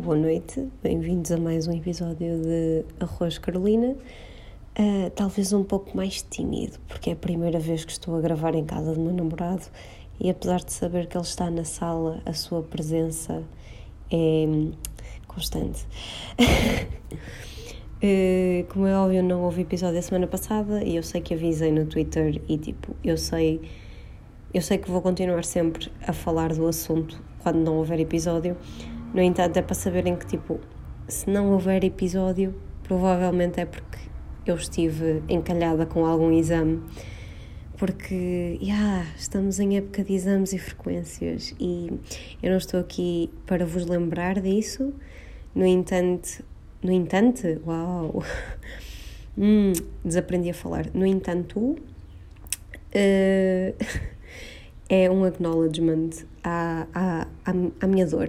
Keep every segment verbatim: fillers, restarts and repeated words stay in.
boa noite, bem-vindos a mais um episódio de Arroz Carolina. Uh, talvez um pouco mais tímido, porque é a primeira vez que estou a gravar em casa do meu namorado e apesar de saber que ele está na sala, a sua presença é constante. uh, como é óbvio, não houve episódio a semana passada e eu sei que avisei no Twitter e tipo, eu sei, eu sei que vou continuar sempre a falar do assunto quando não houver episódio. No entanto, é para saberem que, tipo, se não houver episódio, provavelmente é porque eu estive encalhada com algum exame, porque, yeah, estamos em época de exames e frequências e eu não estou aqui para vos lembrar disso. No entanto, no entanto, uau, hum, desaprendi a falar. No entanto, uh, é um acknowledgement à, à, à, à minha dor.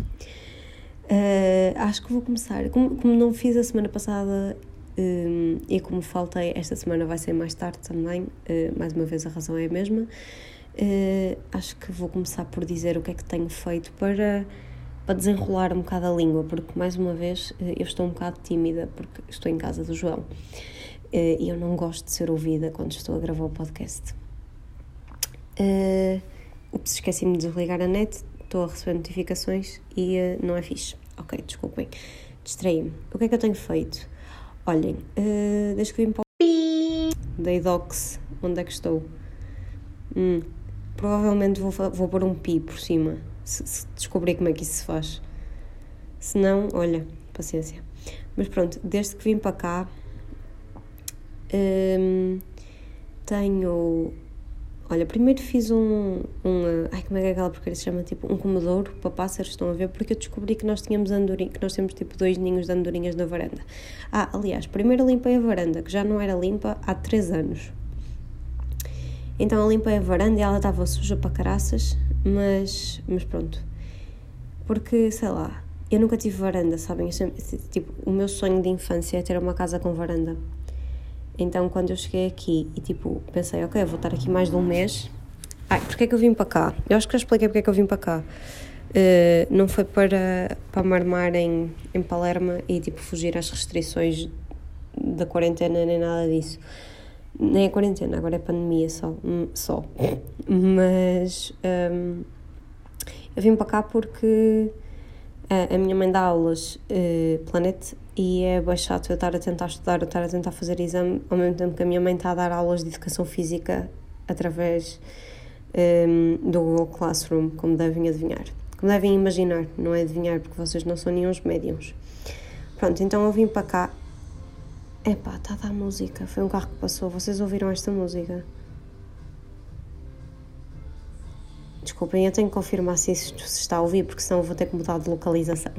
Uh, acho que vou começar, como, como não fiz a semana passada um, e como faltei esta semana vai ser mais tarde também, uh, mais uma vez a razão é a mesma, uh, acho que vou começar por dizer o que é que tenho feito para, para desenrolar um bocado a língua, porque mais uma vez uh, eu estou um bocado tímida porque estou em casa do João uh, e eu não gosto de ser ouvida quando estou a gravar o podcast. Uh, ups, esqueci-me de desligar a net. Estou a receber notificações e uh, não é fixe. Ok, desculpem. Distraí-me. O que é que eu tenho feito? Olhem, uh, desde que vim para o da Idox, onde é que estou? Hum, provavelmente vou, vou pôr um pi por cima, se, se descobrir como é que isso se faz. Se não, olha, paciência. Mas pronto, desde que vim para cá, um, tenho... Olha, primeiro fiz um, um... Ai, como é que é aquela porcaria se chama? Tipo, um comedouro para pássaros, estão a ver? Porque eu descobri que nós tínhamos andorinhas, que nós temos tipo dois ninhos de andorinhas na varanda. Ah, aliás, primeiro limpei a varanda, que já não era limpa há três anos. Então eu limpei a varanda e ela estava suja para caraças, mas, mas pronto. Porque, sei lá, eu nunca tive varanda, sabem? Eu sempre, tipo, o meu sonho de infância é ter uma casa com varanda. Então, quando eu cheguei aqui e, tipo, pensei, ok, eu vou estar aqui mais de um mês. Ai, porque é que eu vim para cá? Eu acho que já expliquei porque é que eu vim para cá. Uh, não foi para, para marmar em, em Palermo e, tipo, fugir às restrições da quarentena, nem nada disso. Nem a quarentena, agora é pandemia só. só. Mas um, eu vim para cá porque a, a minha mãe dá aulas uh, Planet e é bem chato eu estar a tentar estudar, eu estar a tentar fazer exame, ao mesmo tempo que a minha mãe está a dar aulas de educação física através um, do Google Classroom, como devem adivinhar. Como devem imaginar, não é adivinhar, porque vocês não são nenhuns médiums. Pronto, então eu vim para cá. Epá, está a dar música, foi um carro que passou, vocês ouviram esta música? Desculpem, eu tenho que confirmar se isto se está a ouvir, porque senão vou ter que mudar de localização.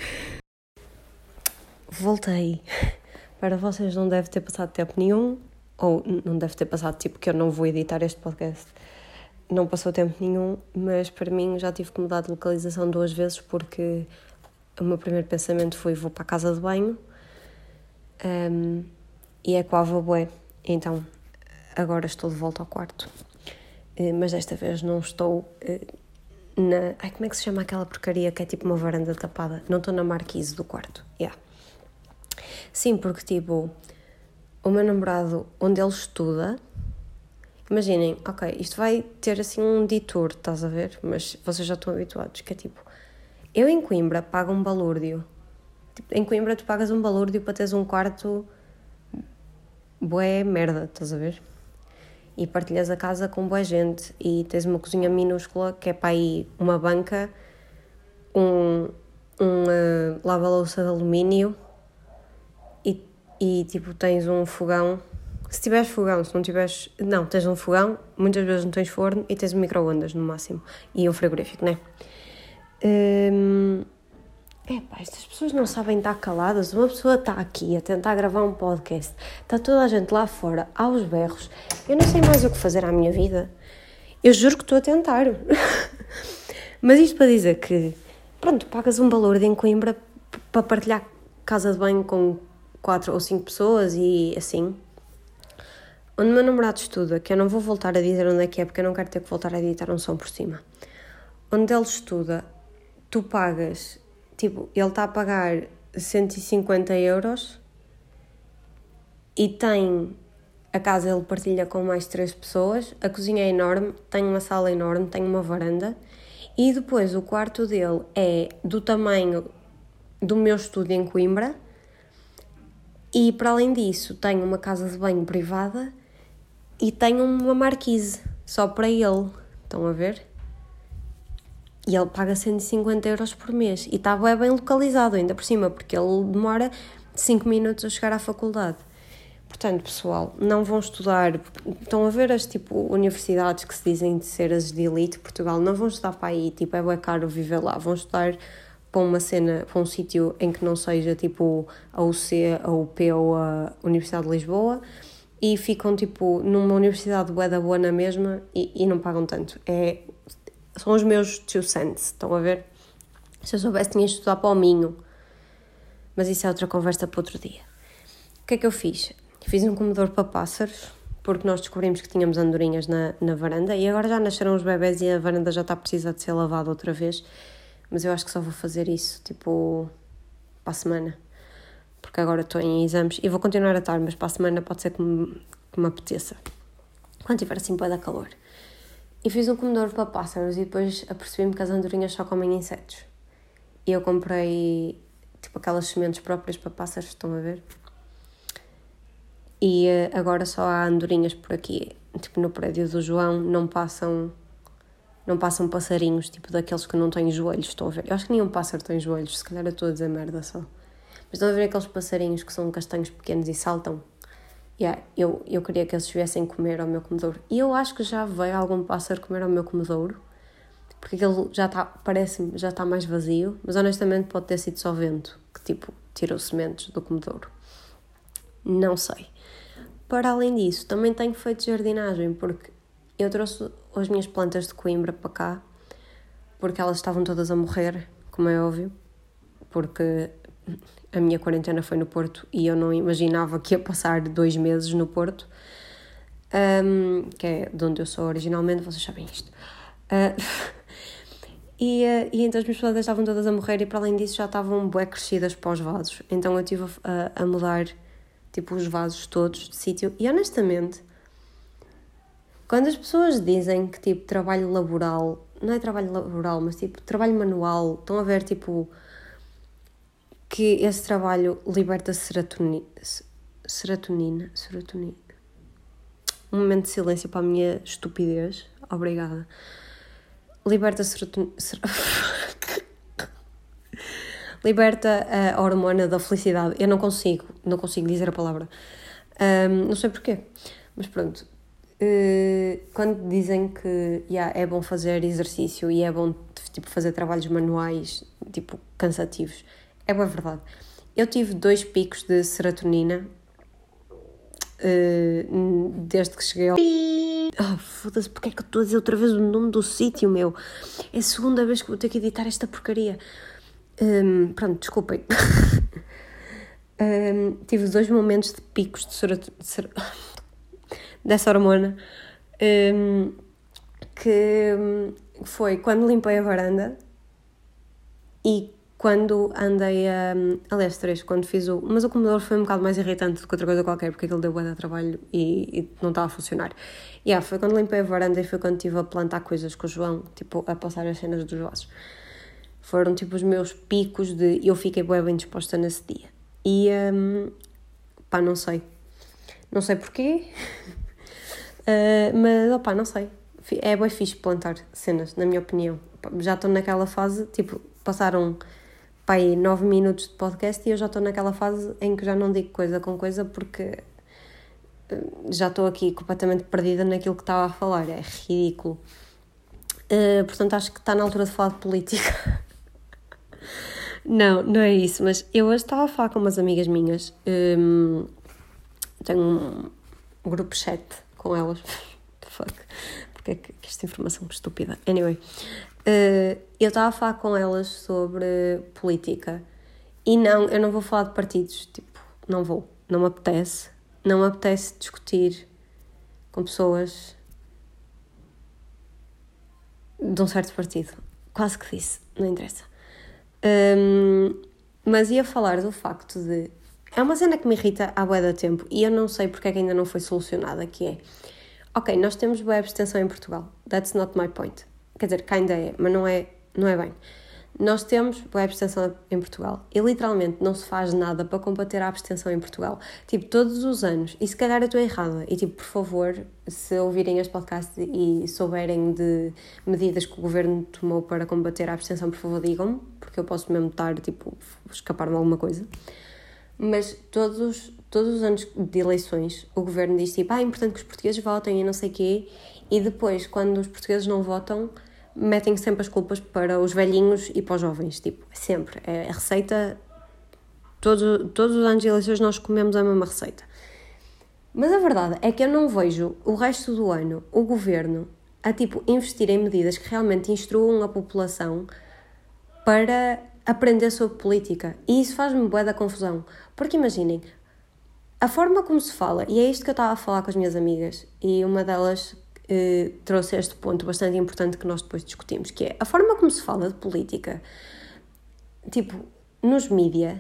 Voltei. Para vocês não deve ter passado tempo nenhum, ou não deve ter passado tipo que eu não vou editar este podcast. Não passou tempo nenhum, mas para mim já tive que mudar de localização duas vezes porque o meu primeiro pensamento foi vou para a casa de banho um, e é com a avó bué. Então agora estou de volta ao quarto. Uh, mas desta vez não estou uh, na... Ai, como é que se chama aquela porcaria que é tipo uma varanda tapada? Não estou na marquise do quarto. Yeah. Sim, porque tipo, o meu namorado, onde ele estuda, imaginem, ok, isto vai ter assim um detour, estás a ver? Mas vocês já estão habituados, que é tipo, eu em Coimbra pago um balúrdio. Tipo, em Coimbra tu pagas um balúrdio para teres um quarto bué merda, estás a ver? E partilhas a casa com bué gente e tens uma cozinha minúscula que é para aí uma banca, um, um uh, lava-louça de alumínio e, e tipo tens um fogão. Se tiveres fogão, se não tiveres... Não, tens um fogão, muitas vezes não tens forno e tens um micro-ondas no máximo. E um frigorífico, não é? Hum... Epá, estas pessoas não sabem estar caladas. Uma pessoa está aqui a tentar gravar um podcast. Está toda a gente lá fora, aos berros. Eu não sei mais o que fazer à minha vida. Eu juro que estou a tentar. Mas isto para dizer que, pronto, pagas um valor de em Coimbra para partilhar casa de banho com quatro ou cinco pessoas e assim. Onde o meu namorado estuda, que eu não vou voltar a dizer onde é que é, porque eu não quero ter que voltar a editar um som por cima. Onde ele estuda, tu pagas tipo, ele está a pagar cento e cinquenta euros e tem... A casa ele partilha com mais três pessoas, a cozinha é enorme, tem uma sala enorme, tem uma varanda e depois o quarto dele é do tamanho do meu estúdio em Coimbra e para além disso tem uma casa de banho privada e tem uma marquise só para ele, estão a ver? E ele paga cento e cinquenta euros por mês e está bem, bem localizado ainda por cima, porque ele demora cinco minutos a chegar à faculdade. Portanto, pessoal, não vão estudar, estão a ver as tipo, universidades que se dizem de ser as de elite, Portugal, não vão estudar para aí, tipo, é bem caro viver lá, vão estudar para uma cena, para um sítio em que não seja tipo a U C, a U P ou a Universidade de Lisboa e ficam tipo numa universidade bué da boa na mesma e, e não pagam tanto. É, são os meus two cents, estão a ver? Se eu soubesse tinha de estudar para o Minho, mas isso é outra conversa para outro dia. O que é que eu fiz? Fiz um comedor para pássaros, porque nós descobrimos que tínhamos andorinhas na, na varanda e agora já nasceram os bebés e a varanda já está a precisar de ser lavada outra vez, mas eu acho que só vou fazer isso, tipo, para a semana, porque agora estou em exames e vou continuar a estar, mas para a semana pode ser que me, que me apeteça, quando tiver assim para dar calor. E fiz um comedor para pássaros e depois apercebi-me que as andorinhas só comem insetos. E eu comprei, tipo, aquelas sementes próprias para pássaros, estão a ver? E agora só há andorinhas por aqui, tipo no prédio do João, não passam, não passam passarinhos, tipo daqueles que não têm joelhos, estão a ver? Eu acho que nenhum pássaro tem joelhos, se calhar eu estou a dizer merda só. Mas estão a ver aqueles passarinhos que são castanhos pequenos e saltam? Yeah, eu, eu queria que eles viessem comer ao meu comedouro. E eu acho que já veio algum pássaro comer ao meu comedouro, porque ele já está, parece-me, já está mais vazio, mas honestamente pode ter sido só vento, que tipo, tirou sementes do comedouro. Não sei. Para além disso, também tenho feito jardinagem, porque eu trouxe as minhas plantas de Coimbra para cá, porque elas estavam todas a morrer, como é óbvio, porque a minha quarentena foi no Porto e eu não imaginava que ia passar dois meses no Porto, um, que é de onde eu sou originalmente, vocês sabem isto. Uh, e, uh, e então as minhas plantas estavam todas a morrer e para além disso já estavam bué crescidas para os vasos, então eu estive a, a mudar tipo os vasos todos de sítio e honestamente quando as pessoas dizem que tipo trabalho laboral, não é trabalho laboral, mas tipo trabalho manual, estão a ver tipo que esse trabalho liberta serotonina, serotonina, serotonina. Um momento de silêncio para a minha estupidez, obrigada. Liberta serotonina, ser... liberta a hormona da felicidade. Eu não consigo, não consigo dizer a palavra. Um, não sei porquê, mas pronto. Uh, quando dizem que yeah, é bom fazer exercício e é bom tipo, fazer trabalhos manuais, tipo, cansativos, é boa verdade. Eu tive dois picos de serotonina uh, desde que cheguei ao... Oh, foda-se, porque é que eu estou a dizer outra vez o nome do sítio, meu? É a segunda vez que vou ter que editar esta porcaria. Um, pronto, desculpem. um, tive dois momentos de picos de serotonina, dessa hormona, um, que foi quando limpei a varanda e quando andei a... Aliás, três, quando fiz o... Mas o comedor foi um bocado mais irritante do que outra coisa qualquer, porque aquilo deu bué de trabalho e, e não estava a funcionar. E yeah, foi quando limpei a varanda e foi quando estive a plantar coisas com o João, tipo, a passar as cenas dos vasos. Foram, tipo, os meus picos de... Eu fiquei bué bem disposta nesse dia. E, um, pá, não sei. Não sei porquê, uh, mas, opá, não sei. É bué fixe plantar cenas, na minha opinião. Já estou naquela fase, tipo, passaram... Pá, aí nove minutos de podcast e eu já estou naquela fase em que já não digo coisa com coisa porque já estou aqui completamente perdida naquilo que estava a falar, é ridículo. Uh, portanto, acho que está na altura de falar de política. Não, não é isso, mas eu hoje estava a falar com umas amigas minhas, um, tenho um grupo chat com elas, fuck, porque é que esta informação é estúpida, anyway... Uh, eu estava a falar com elas sobre política e não, eu não vou falar de partidos, tipo, não vou, não me apetece, não me apetece discutir com pessoas de um certo partido, quase que disse, não interessa. Um, mas ia falar do facto de... É uma cena que me irrita há bué de tempo e eu não sei porque é que ainda não foi solucionada, que é... Ok, nós temos bué abstenção em Portugal. That's not my point. Quer dizer, ainda é, mas não é, não é bem. Nós temos bué abstenção em Portugal e literalmente não se faz nada para combater a abstenção em Portugal. Tipo, todos os anos, e se calhar eu estou errada, e tipo, por favor, se ouvirem este podcast e souberem de medidas que o governo tomou para combater a abstenção, por favor digam-me, porque eu posso mesmo estar, tipo, escapar-me alguma coisa. Mas todos, todos os anos de eleições o governo diz tipo, ah, é importante que os portugueses votem e não sei o quê, e depois, quando os portugueses não votam, metem sempre as culpas para os velhinhos e para os jovens, tipo, sempre. É a receita, todos, todos os anos de eleições nós comemos a mesma receita. Mas a verdade é que eu não vejo o resto do ano o governo a, tipo, investir em medidas que realmente instruam a população para aprender sobre política. E isso faz-me bué da confusão. Porque imaginem, a forma como se fala, e é isto que eu estava a falar com as minhas amigas, e uma delas eh, trouxe este ponto bastante importante que nós depois discutimos, que é a forma como se fala de política, tipo, nos mídia,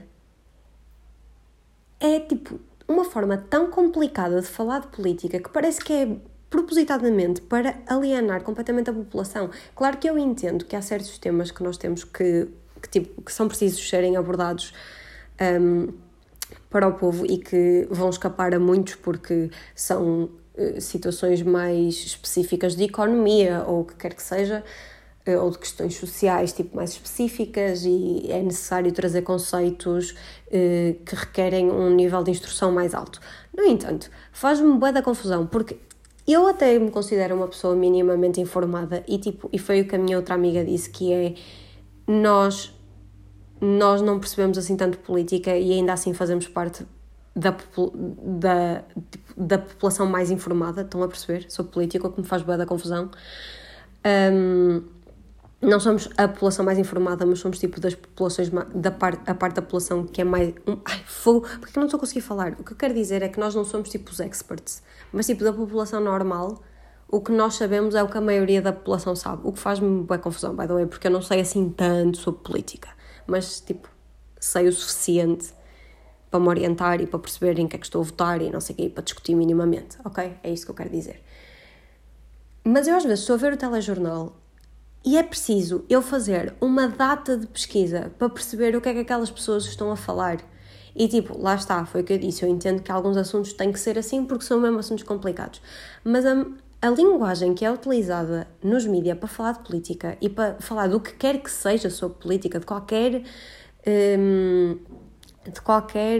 é tipo uma forma tão complicada de falar de política que parece que é propositadamente para alienar completamente a população. Claro que eu entendo que há certos temas que nós temos que, que, tipo, que são precisos serem abordados um, para o povo e que vão escapar a muitos porque são uh, situações mais específicas de economia ou o que quer que seja, uh, ou de questões sociais tipo mais específicas, e é necessário trazer conceitos uh, que requerem um nível de instrução mais alto. No entanto, faz-me bué da confusão porque eu até me considero uma pessoa minimamente informada e, tipo, e foi o que a minha outra amiga disse, que é nós, nós não percebemos assim tanto política e ainda assim fazemos parte da, da, da população mais informada, estão a perceber, sobre política, o que me faz bué da confusão. Um, não somos a população mais informada, mas somos tipo das populações, da parte, a parte da população que é mais... Um, ai, fogo, porque eu não estou a conseguir falar. O que eu quero dizer é que nós não somos tipo os experts, mas tipo da população normal, o que nós sabemos é o que a maioria da população sabe, o que faz-me bué confusão, by the way, porque eu não sei assim tanto sobre política, mas tipo, sei o suficiente para me orientar e para perceber em que é que estou a votar e não sei o quê, para discutir minimamente, ok? É isso que eu quero dizer. Mas eu às vezes estou a ver o telejornal e é preciso eu fazer uma data de pesquisa para perceber o que é que aquelas pessoas estão a falar. E tipo, lá está, foi o que eu disse, eu entendo que alguns assuntos têm que ser assim porque são mesmo assuntos complicados. Mas a, a linguagem que é utilizada nos mídias para falar de política e para falar do que quer que seja sobre política, de qualquer... Hum, de qualquer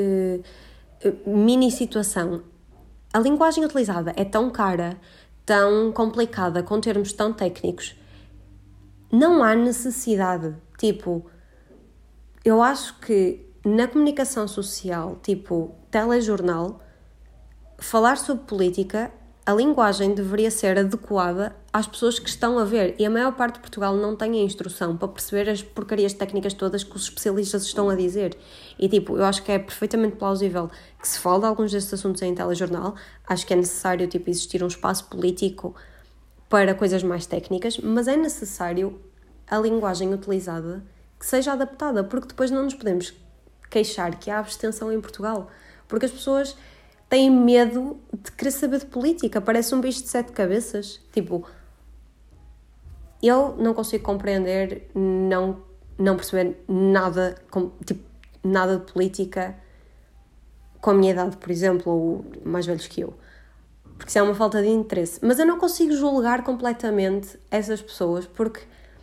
uh, mini situação, a linguagem utilizada é tão cara, tão complicada, com termos tão técnicos. Não há necessidade, tipo, eu acho que na comunicação social, tipo telejornal, falar sobre política, a linguagem deveria ser adequada às pessoas que estão a ver, e a maior parte de Portugal não tem a instrução para perceber as porcarias técnicas todas que os especialistas estão a dizer. E tipo, eu acho que é perfeitamente plausível que se fale de alguns destes assuntos em telejornal, acho que é necessário tipo, existir um espaço político para coisas mais técnicas, mas é necessário a linguagem utilizada que seja adaptada, porque depois não nos podemos queixar que há abstenção em Portugal, porque as pessoas têm medo de querer saber de política, parece um bicho de sete cabeças. Tipo, eu não consigo compreender, não, não perceber nada, tipo, nada de política com a minha idade, por exemplo, ou mais velhos que eu, porque isso é uma falta de interesse. Mas eu não consigo julgar completamente essas pessoas, porque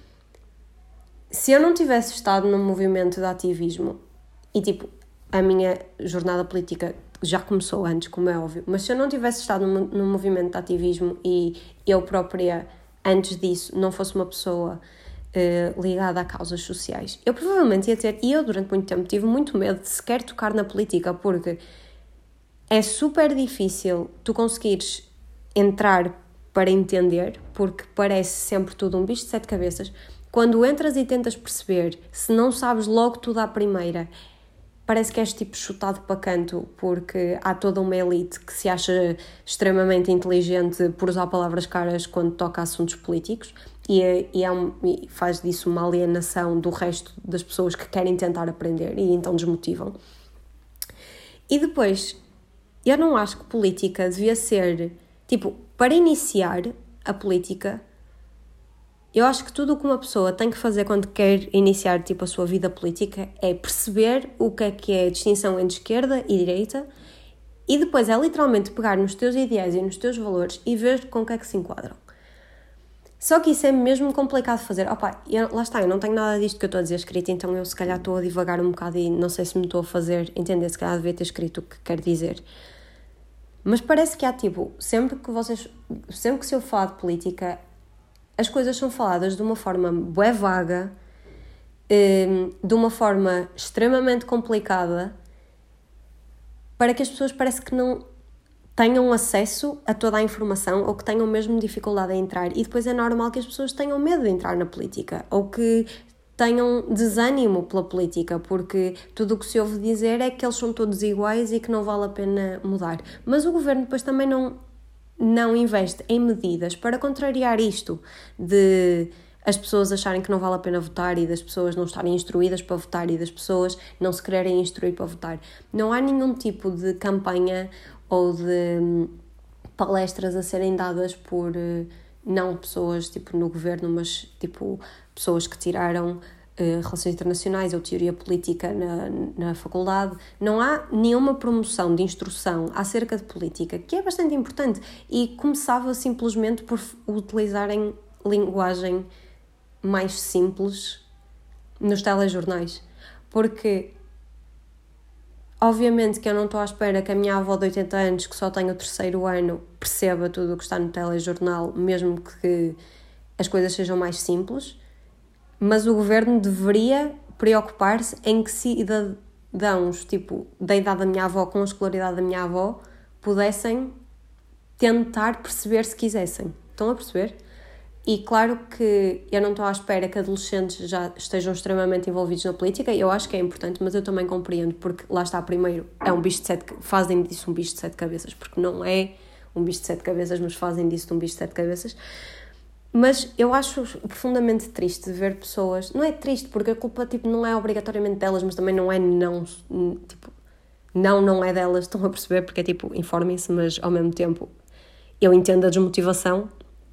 se eu não tivesse estado num movimento de ativismo, e tipo, a minha jornada política já começou antes, como é óbvio, mas se eu não tivesse estado num, num movimento de ativismo e eu própria, antes disso, não fosse uma pessoa uh, ligada a causas sociais, eu provavelmente ia ter, e eu durante muito tempo tive muito medo de sequer tocar na política, porque é super difícil tu conseguires entrar para entender, porque parece sempre tudo um bicho de sete cabeças. Quando entras e tentas perceber, se não sabes logo tudo à primeira, parece que és tipo chutado para canto, porque há toda uma elite que se acha extremamente inteligente por usar palavras caras quando toca a assuntos políticos. e, é, e, é um, e faz disso uma alienação do resto das pessoas que querem tentar aprender e então desmotivam. E depois, eu não acho que política devia ser, tipo, para iniciar a política, eu acho que tudo o que uma pessoa tem que fazer quando quer iniciar, tipo, a sua vida política é perceber o que é que é a distinção entre esquerda e direita e depois é literalmente pegar nos teus ideais e nos teus valores e ver com o que é que se enquadram. Só que isso é mesmo complicado de fazer. Opa, eu, lá está, eu não tenho nada disto que eu estou a dizer escrito, então eu se calhar estou a divagar um bocado e não sei se me estou a fazer entender, se calhar devia ter escrito o que quero dizer. Mas parece que há, tipo, sempre que vocês, sempre que se eu falar de política, as coisas são faladas de uma forma bué vaga, de uma forma extremamente complicada, para que as pessoas parece que não tenham acesso a toda a informação ou que tenham mesmo dificuldade em entrar. E depois é normal que as pessoas tenham medo de entrar na política ou que tenham desânimo pela política, porque tudo o que se ouve dizer é que eles são todos iguais e que não vale a pena mudar. Mas o governo depois também não, não investe em medidas para contrariar isto de as pessoas acharem que não vale a pena votar e das pessoas não estarem instruídas para votar e das pessoas não se quererem instruir para votar. Não há nenhum tipo de campanha ou de palestras a serem dadas por não pessoas tipo no governo, mas tipo pessoas que tiraram uh, relações internacionais ou teoria política na, na faculdade. Não há nenhuma promoção de instrução acerca de política, que é bastante importante, e começava simplesmente por utilizarem linguagem mais simples nos telejornais, porque obviamente que eu não estou à espera que a minha avó de oitenta anos, que só tem o terceiro ano, perceba tudo o que está no telejornal, mesmo que as coisas sejam mais simples, mas o governo deveria preocupar-se em que cidadãos, tipo, da idade da minha avó, com a escolaridade da minha avó, pudessem tentar perceber se quisessem. Estão a perceber? E claro que eu não estou à espera que adolescentes já estejam extremamente envolvidos na política, eu acho que é importante, mas eu também compreendo, porque lá está, primeiro, é um bicho de sete, fazem disso um bicho de sete cabeças, porque não é um bicho de sete cabeças, mas fazem disso um bicho de sete cabeças. Mas eu acho profundamente triste ver pessoas, não é triste, porque a culpa tipo, não é obrigatoriamente delas, mas também não é não, tipo, não, não é delas, estão a perceber, porque é tipo, informem-se, mas ao mesmo tempo eu entendo a desmotivação,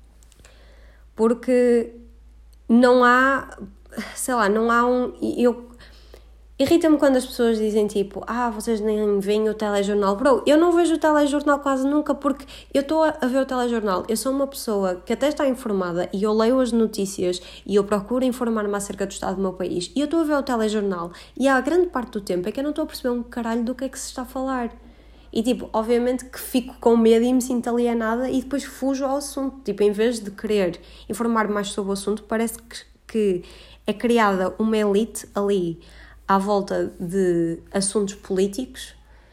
porque não há, sei lá, não há um... Eu, irrita-me quando as pessoas dizem tipo, ah, vocês nem veem o telejornal. Bro, eu não vejo o telejornal quase nunca, porque eu estou a ver o telejornal. Eu sou uma pessoa que até está informada e eu leio as notícias e eu procuro informar-me acerca do estado do meu país e eu estou a ver o telejornal e a grande parte do tempo é que eu não estou a perceber um caralho do que é que se está a falar. E, tipo, obviamente que fico com medo e me sinto alienada e depois fujo ao assunto. Tipo, em vez de querer informar mais sobre o assunto, parece que, que é criada uma elite ali à volta de assuntos políticos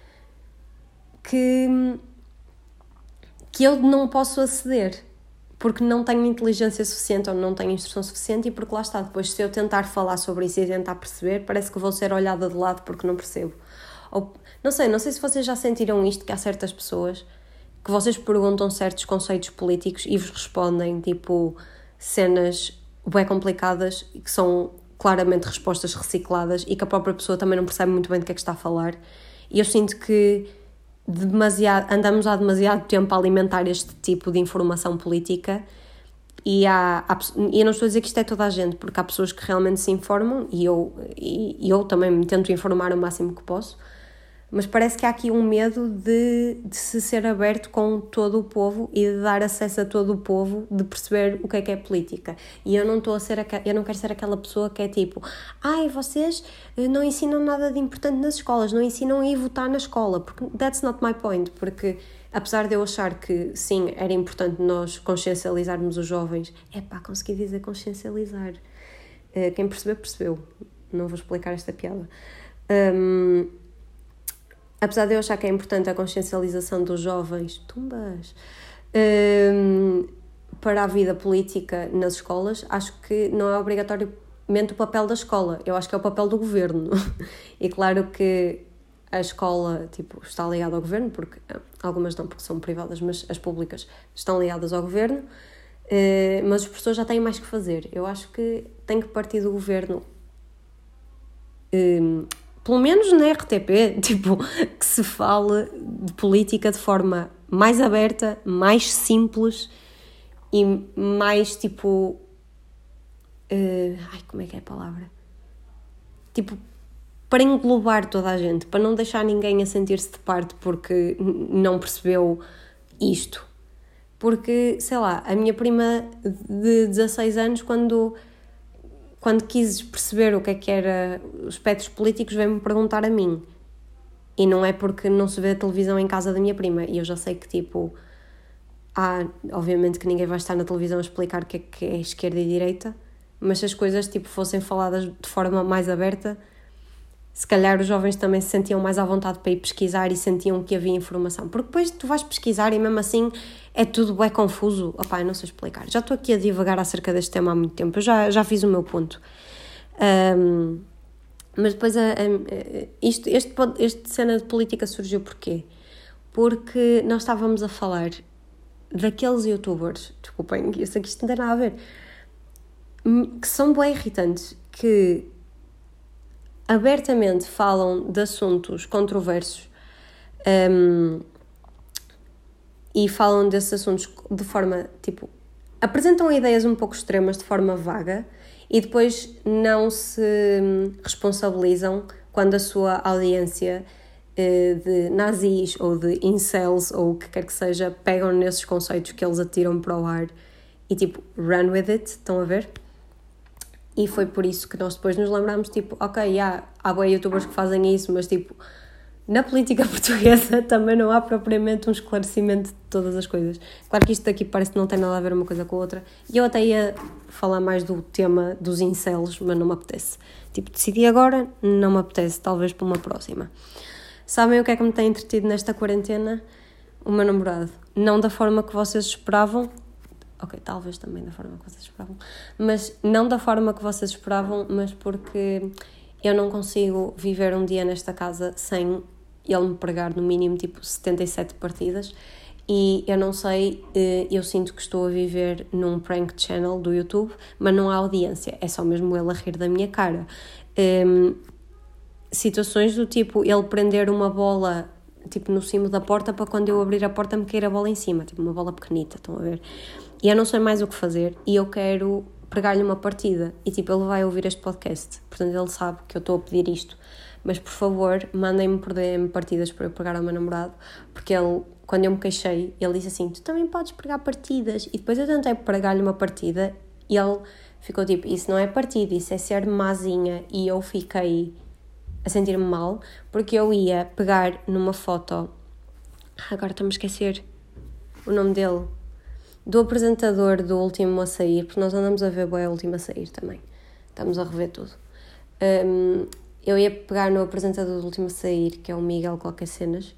que, que eu não posso aceder. Porque não tenho inteligência suficiente ou não tenho instrução suficiente e porque lá está. Depois, se eu tentar falar sobre isso e tentar perceber, parece que vou ser olhada de lado porque não percebo. Ou, não sei, não sei se vocês já sentiram isto, que há certas pessoas que vocês perguntam certos conceitos políticos e vos respondem, tipo, cenas bem complicadas e que são claramente respostas recicladas e que a própria pessoa também não percebe muito bem do que é que está a falar. E eu sinto que demasiado, andamos há demasiado tempo a alimentar este tipo de informação política e há, há, eu não estou a dizer que isto é toda a gente, porque há pessoas que realmente se informam e eu, e, e eu também me tento informar o máximo que posso, mas parece que há aqui um medo de, de se ser aberto com todo o povo e de dar acesso a todo o povo, de perceber o que é que é política. E eu não estou a ser, eu não quero ser aquela pessoa que é tipo, ai, vocês não ensinam nada de importante nas escolas, não ensinam a ir votar na escola, porque that's not my point, porque apesar de eu achar que sim, era importante nós consciencializarmos os jovens, é pá, consegui dizer consciencializar, quem percebeu, percebeu, não vou explicar esta piada. Um, Apesar de eu achar que é importante a consciencialização dos jovens, tumbas, um, para a vida política nas escolas, acho que não é obrigatoriamente o papel da escola, eu acho que é o papel do governo. E claro que a escola tipo, está ligada ao governo, porque algumas não, porque são privadas, mas as públicas estão ligadas ao governo, Uh, mas os professores já têm mais que fazer. Eu acho que tem que partir do governo, um, pelo menos na R T P, tipo, que se fale de política de forma mais aberta, mais simples e mais tipo... Uh, ai, como é que é a palavra? Tipo, para englobar toda a gente, para não deixar ninguém a sentir-se de parte porque não percebeu isto. Porque, sei lá, a minha prima de dezasseis anos, quando, quando quis perceber o que é que era os espectros políticos, veio-me perguntar a mim. E não é porque não se vê a televisão em casa da minha prima. E eu já sei que, tipo, há, obviamente que ninguém vai estar na televisão a explicar o que é que é esquerda e direita, mas se as coisas, tipo, fossem faladas de forma mais aberta, se calhar os jovens também se sentiam mais à vontade para ir pesquisar e sentiam que havia informação. Porque depois tu vais pesquisar e mesmo assim é tudo bem confuso. Opá, eu não sei explicar. Já estou aqui a divagar acerca deste tema há muito tempo. Eu já, já fiz o meu ponto. Um, mas depois a, a, isto, este, este cena de política surgiu porquê? Porque nós estávamos a falar daqueles youtubers, desculpem, eu sei que isto não tem nada a ver, que são bem irritantes, que abertamente falam de assuntos controversos um, e falam desses assuntos de forma, tipo, apresentam ideias um pouco extremas de forma vaga e depois não se responsabilizam quando a sua audiência uh, de nazis ou de incels ou o que quer que seja pegam nesses conceitos que eles atiram para o ar e tipo, run with it, estão a ver? E foi por isso que nós depois nos lembramos, tipo, ok, yeah, há bem youtubers que fazem isso, mas tipo, na política portuguesa também não há propriamente um esclarecimento de todas as coisas. Claro que isto daqui parece que não tem nada a ver uma coisa com a outra. E eu até ia falar mais do tema dos incels, mas não me apetece. Tipo, decidi agora, não me apetece, talvez para uma próxima. Sabem o que é que me tem entretido nesta quarentena? O meu namorado. Não da forma que vocês esperavam. Ok, talvez também da forma que vocês esperavam, mas não da forma que vocês esperavam, mas porque eu não consigo viver um dia nesta casa sem ele me pregar no mínimo tipo setenta e sete partidas e eu não sei, eu sinto que estou a viver num prank channel do YouTube, mas não há audiência, é só mesmo ele a rir da minha cara. Um, situações do tipo, ele prender uma bola tipo no cimo da porta para quando eu abrir a porta me cair a bola em cima, tipo uma bola pequenita, estão a ver? E eu não sei mais o que fazer e eu quero pregar-lhe uma partida e tipo, ele vai ouvir este podcast, portanto ele sabe que eu estou a pedir isto, mas por favor, mandem-me por D M partidas para eu pregar ao meu namorado, porque ele, quando eu me queixei, ele disse assim, tu também podes pregar partidas, e depois eu tentei pregar-lhe uma partida e ele ficou tipo, isso não é partida, isso é ser mazinha, e eu fiquei a sentir-me mal, porque eu ia pegar numa foto, agora estou-me a esquecer o nome dele, do apresentador do Último a Sair, porque nós andamos a ver bem o Último a Sair também, estamos a rever tudo. Um, eu ia pegar no apresentador do Último a Sair, que é o Miguel qualquer cenas,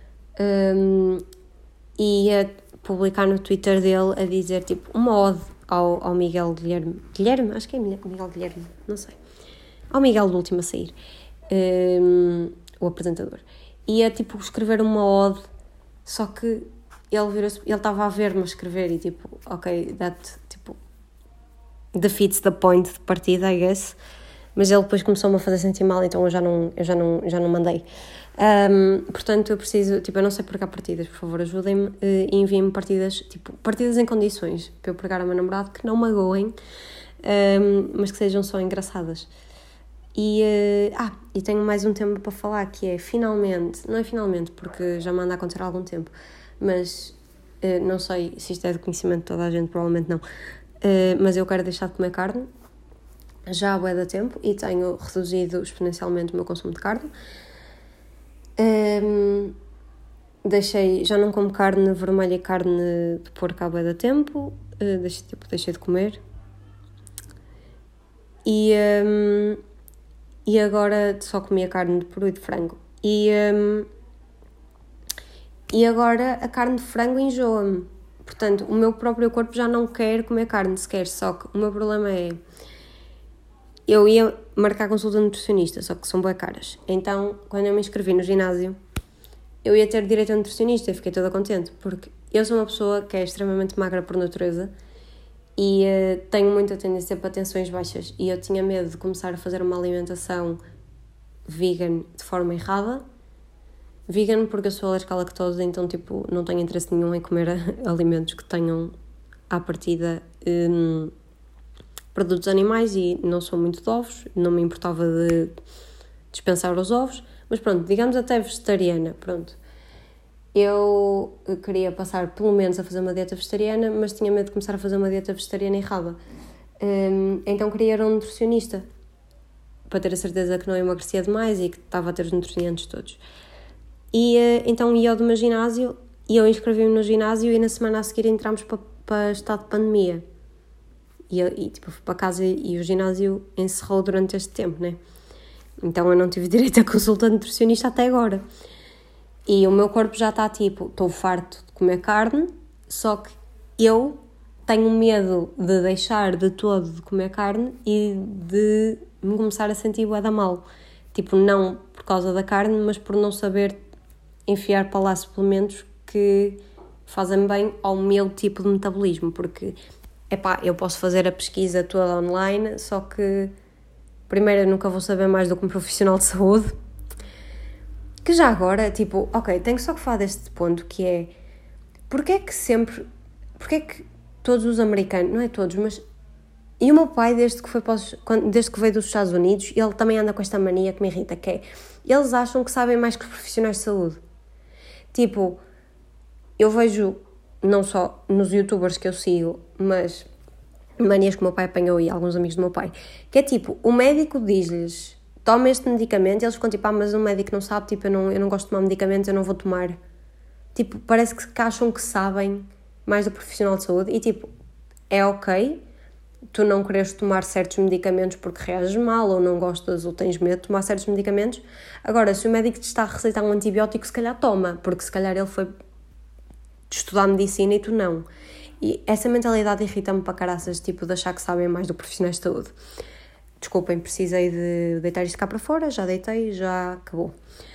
um, e ia publicar no Twitter dele a dizer tipo uma ode ao, ao Miguel Guilherme, Guilherme? Acho que é Miguel Guilherme, não sei, ao Miguel do Último a Sair, um, o apresentador. Ia tipo escrever uma ode, só que ele virou-se, ele estava a ver-me escrever e tipo, ok, that, tipo, defeats the point de partida, I guess, mas ele depois começou-me a fazer sentir mal, então eu já não, eu já não, já não mandei. Um, portanto, eu preciso, tipo, eu não sei pregar partidas, por favor, ajudem-me e enviem-me partidas, tipo, partidas em condições, para eu pregar ao meu namorado, que não magoem, um, mas que sejam só engraçadas. E, uh, ah, e tenho mais um tema para falar, que é, finalmente, não é finalmente, porque já me anda a acontecer há algum tempo, mas uh, não sei se isto é de conhecimento de toda a gente, provavelmente não, uh, mas eu quero deixar de comer carne, já há bué de tempo, e tenho reduzido exponencialmente o meu consumo de carne. Um, deixei, já não como carne vermelha e carne de porco há bué de tempo, uh, deixei, tipo, deixei de comer. E, um, e agora só comia carne de peru e de frango. E... Um, E agora a carne de frango enjoa-me. Portanto, o meu próprio corpo já não quer comer carne sequer. Só que o meu problema é... Eu ia marcar consulta nutricionista, só que são bué caras. Então, quando eu me inscrevi no ginásio, eu ia ter direito a nutricionista. Eu fiquei toda contente. Porque eu sou uma pessoa que é extremamente magra por natureza. e uh, tenho muita tendência para tensões baixas e eu tinha medo de começar a fazer uma alimentação vegan de forma errada. Vegan porque eu sou alérgica à lactose, então tipo, não tenho interesse nenhum em comer alimentos que tenham à partida um, produtos animais e não sou muito de ovos, não me importava de dispensar os ovos, mas pronto, digamos até vegetariana, pronto. Eu queria passar pelo menos a fazer uma dieta vegetariana, mas tinha medo de começar a fazer uma dieta vegetariana errada. Um, então queria ir a um nutricionista, para ter a certeza que não emagrecia demais e que estava a ter os nutrientes todos. E então ia ao do meu ginásio e eu inscrevi-me no ginásio e na semana a seguir entramos para, para estado de pandemia. E, eu, e tipo, fui para casa e o ginásio encerrou durante este tempo, né? Então eu não tive direito a consulta nutricionista até agora. E o meu corpo já está tipo, estou farto de comer carne, só que eu tenho medo de deixar de todo de comer carne e de me começar a sentir bué da mal. Tipo, não por causa da carne, mas por não saber enfiar para lá suplementos que fazem bem ao meu tipo de metabolismo, porque, epá, eu posso fazer a pesquisa toda online, só que, primeiro, eu nunca vou saber mais do que um profissional de saúde, que já agora, tipo, ok, tenho só que falar deste ponto, que é, porque é que sempre, porque é que todos os americanos, não é todos, mas, e o meu pai, desde que, foi para os, desde que veio dos Estados Unidos, ele também anda com esta mania que me irrita, que é, eles acham que sabem mais que os profissionais de saúde. Tipo, eu vejo, não só nos youtubers que eu sigo, mas manias que o meu pai apanhou e alguns amigos do meu pai, que é tipo, o médico diz-lhes, toma este medicamento, e eles ficam tipo, ah, mas o médico não sabe, tipo, eu não, eu não gosto de tomar medicamentos, eu não vou tomar. Tipo, parece que acham que sabem mais do profissional de saúde e tipo, é ok tu não queres tomar certos medicamentos porque reages mal ou não gostas ou tens medo de tomar certos medicamentos. Agora, se o médico te está a receitar um antibiótico, se calhar toma, porque se calhar ele foi estudar medicina e tu não. E essa mentalidade irrita-me para caraças, tipo, de achar que sabem mais do profissionais de saúde. Desculpem, precisei de deitar isto cá para fora, já deitei, já acabou.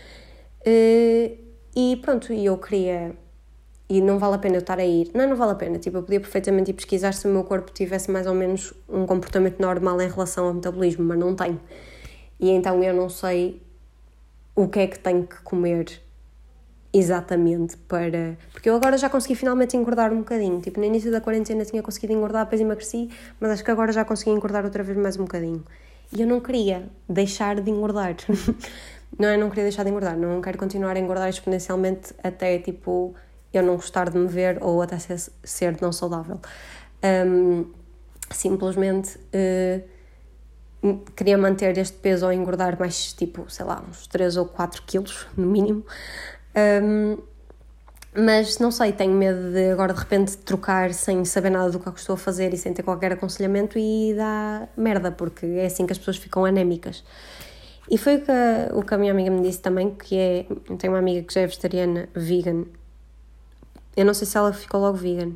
E pronto, e eu queria... E não vale a pena eu estar a ir. Não, não vale a pena. Tipo, eu podia perfeitamente ir pesquisar se o meu corpo tivesse mais ou menos um comportamento normal em relação ao metabolismo, mas não tem. E então eu não sei o que é que tenho que comer exatamente para... Porque eu agora já consegui finalmente engordar um bocadinho. Tipo, no início da quarentena tinha conseguido engordar, depois emagreci, mas acho que agora já consegui engordar outra vez mais um bocadinho. E eu não queria deixar de engordar. Não é, não queria deixar de engordar. Não quero continuar a engordar exponencialmente até, tipo... eu não gostar de me ver ou até ser, ser não saudável. Um, simplesmente uh, queria manter este peso ou engordar mais, tipo, sei lá, uns três ou quatro quilos, no mínimo. Um, mas não sei, tenho medo de agora de repente trocar sem saber nada do que eu estou a fazer e sem ter qualquer aconselhamento e dar merda, porque é assim que as pessoas ficam anémicas. E foi o que, a, o que a minha amiga me disse também, que é, eu tenho uma amiga que já é vegetariana, vegan. Eu não sei se ela ficou logo vegan.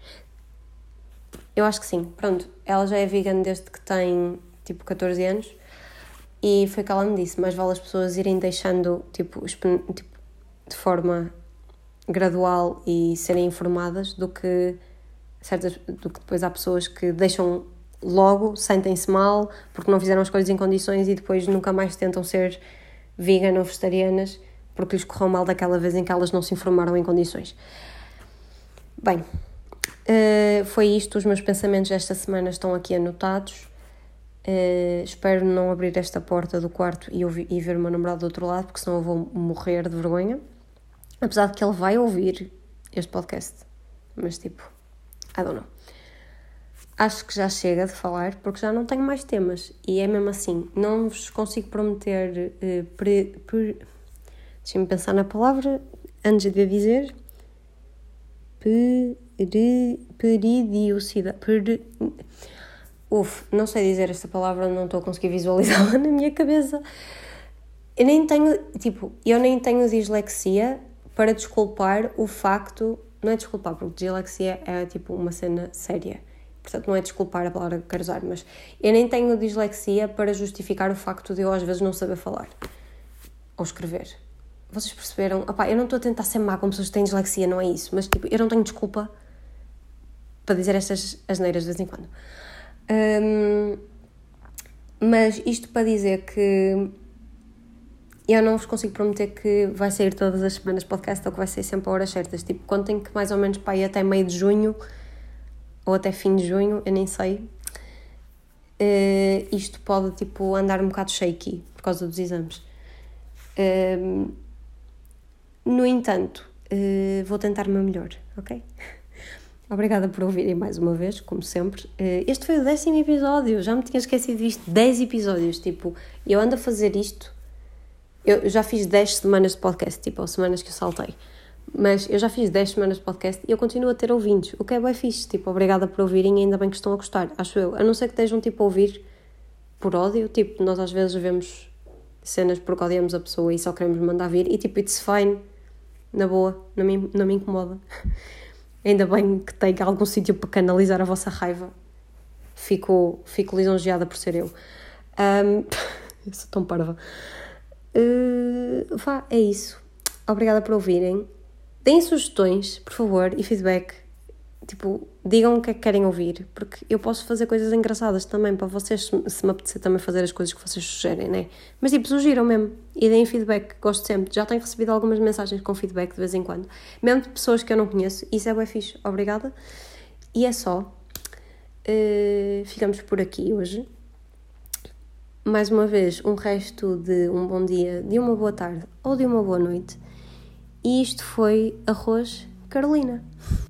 Eu acho que sim. Pronto, ela já é vegan desde que tem, tipo, catorze anos. E foi o que ela me disse. Mais vale as pessoas irem deixando, tipo, tipo, de forma gradual e serem informadas do que, certas, do que depois há pessoas que deixam logo, sentem-se mal, porque não fizeram as coisas em condições e depois nunca mais tentam ser vegan ou vegetarianas porque lhes correu mal daquela vez em que elas não se informaram em condições. Bem, uh, foi isto, os meus pensamentos desta semana estão aqui anotados. Uh, espero não abrir esta porta do quarto e, ouvir, e ver o meu namorado do outro lado, porque senão eu vou morrer de vergonha. Apesar de que ele vai ouvir este podcast. Mas tipo, I don't know. Acho que já chega de falar, porque já não tenho mais temas. E é mesmo assim, não vos consigo prometer... Uh, pre, pre, deixem-me pensar na palavra, antes de a dizer... Peridiosidade. Peri... Uf, não sei dizer esta palavra, não estou a conseguir visualizá-la na minha cabeça. Eu nem tenho, tipo, eu nem tenho dislexia para desculpar o facto, não é desculpar, porque dislexia é tipo uma cena séria, portanto não é desculpar a palavra que quero usar, mas eu nem tenho dislexia para justificar o facto de eu às vezes não saber falar ou escrever. Vocês perceberam? Opá, eu não estou a tentar ser má com pessoas que têm dislexia, não é isso. Mas, tipo, eu não tenho desculpa para dizer estas asneiras de vez em quando. Um, mas isto para dizer que eu não vos consigo prometer que vai sair todas as semanas podcast ou que vai sair sempre a horas certas. Tipo, contem que mais ou menos para ir até meio de junho ou até fim de junho, eu nem sei. Uh, isto pode, tipo, andar um bocado shaky por causa dos exames. Uh, no entanto, uh, vou tentar-me melhor, ok? Obrigada por ouvirem mais uma vez, como sempre. Uh, este foi o décimo episódio, já me tinha esquecido disto. dez episódios, tipo, eu ando a fazer isto. Eu já fiz dez semanas de podcast, tipo, ou semanas que eu saltei. Mas eu já fiz dez semanas de podcast e eu continuo a ter ouvintes, o que é bem fixe. Tipo, obrigada por ouvirem e ainda bem que estão a gostar, acho eu. A não ser que estejam, tipo, a ouvir por ódio. Tipo, nós às vezes vemos cenas porque odiamos a pessoa e só queremos mandar vir. E, tipo, it's fine, na boa, não me, não me incomoda. Ainda bem que tenho algum sítio para canalizar a vossa raiva. Fico, fico lisonjeada por ser eu. Um, eu sou tão parva. Uh, vá, é isso. Obrigada por ouvirem. Deem sugestões, por favor, e feedback. Tipo, digam o que é que querem ouvir, porque eu posso fazer coisas engraçadas também para vocês, se me apetecer também fazer as coisas que vocês sugerem, né? Mas tipo, sugiram mesmo e deem feedback, gosto sempre. Já tenho recebido algumas mensagens com feedback de vez em quando, mesmo de pessoas que eu não conheço, isso é bem fixe, obrigada. E é só. Uh, ficamos por aqui hoje. Mais uma vez, um resto de um bom dia, de uma boa tarde ou de uma boa noite. E isto foi Arroz Carolina.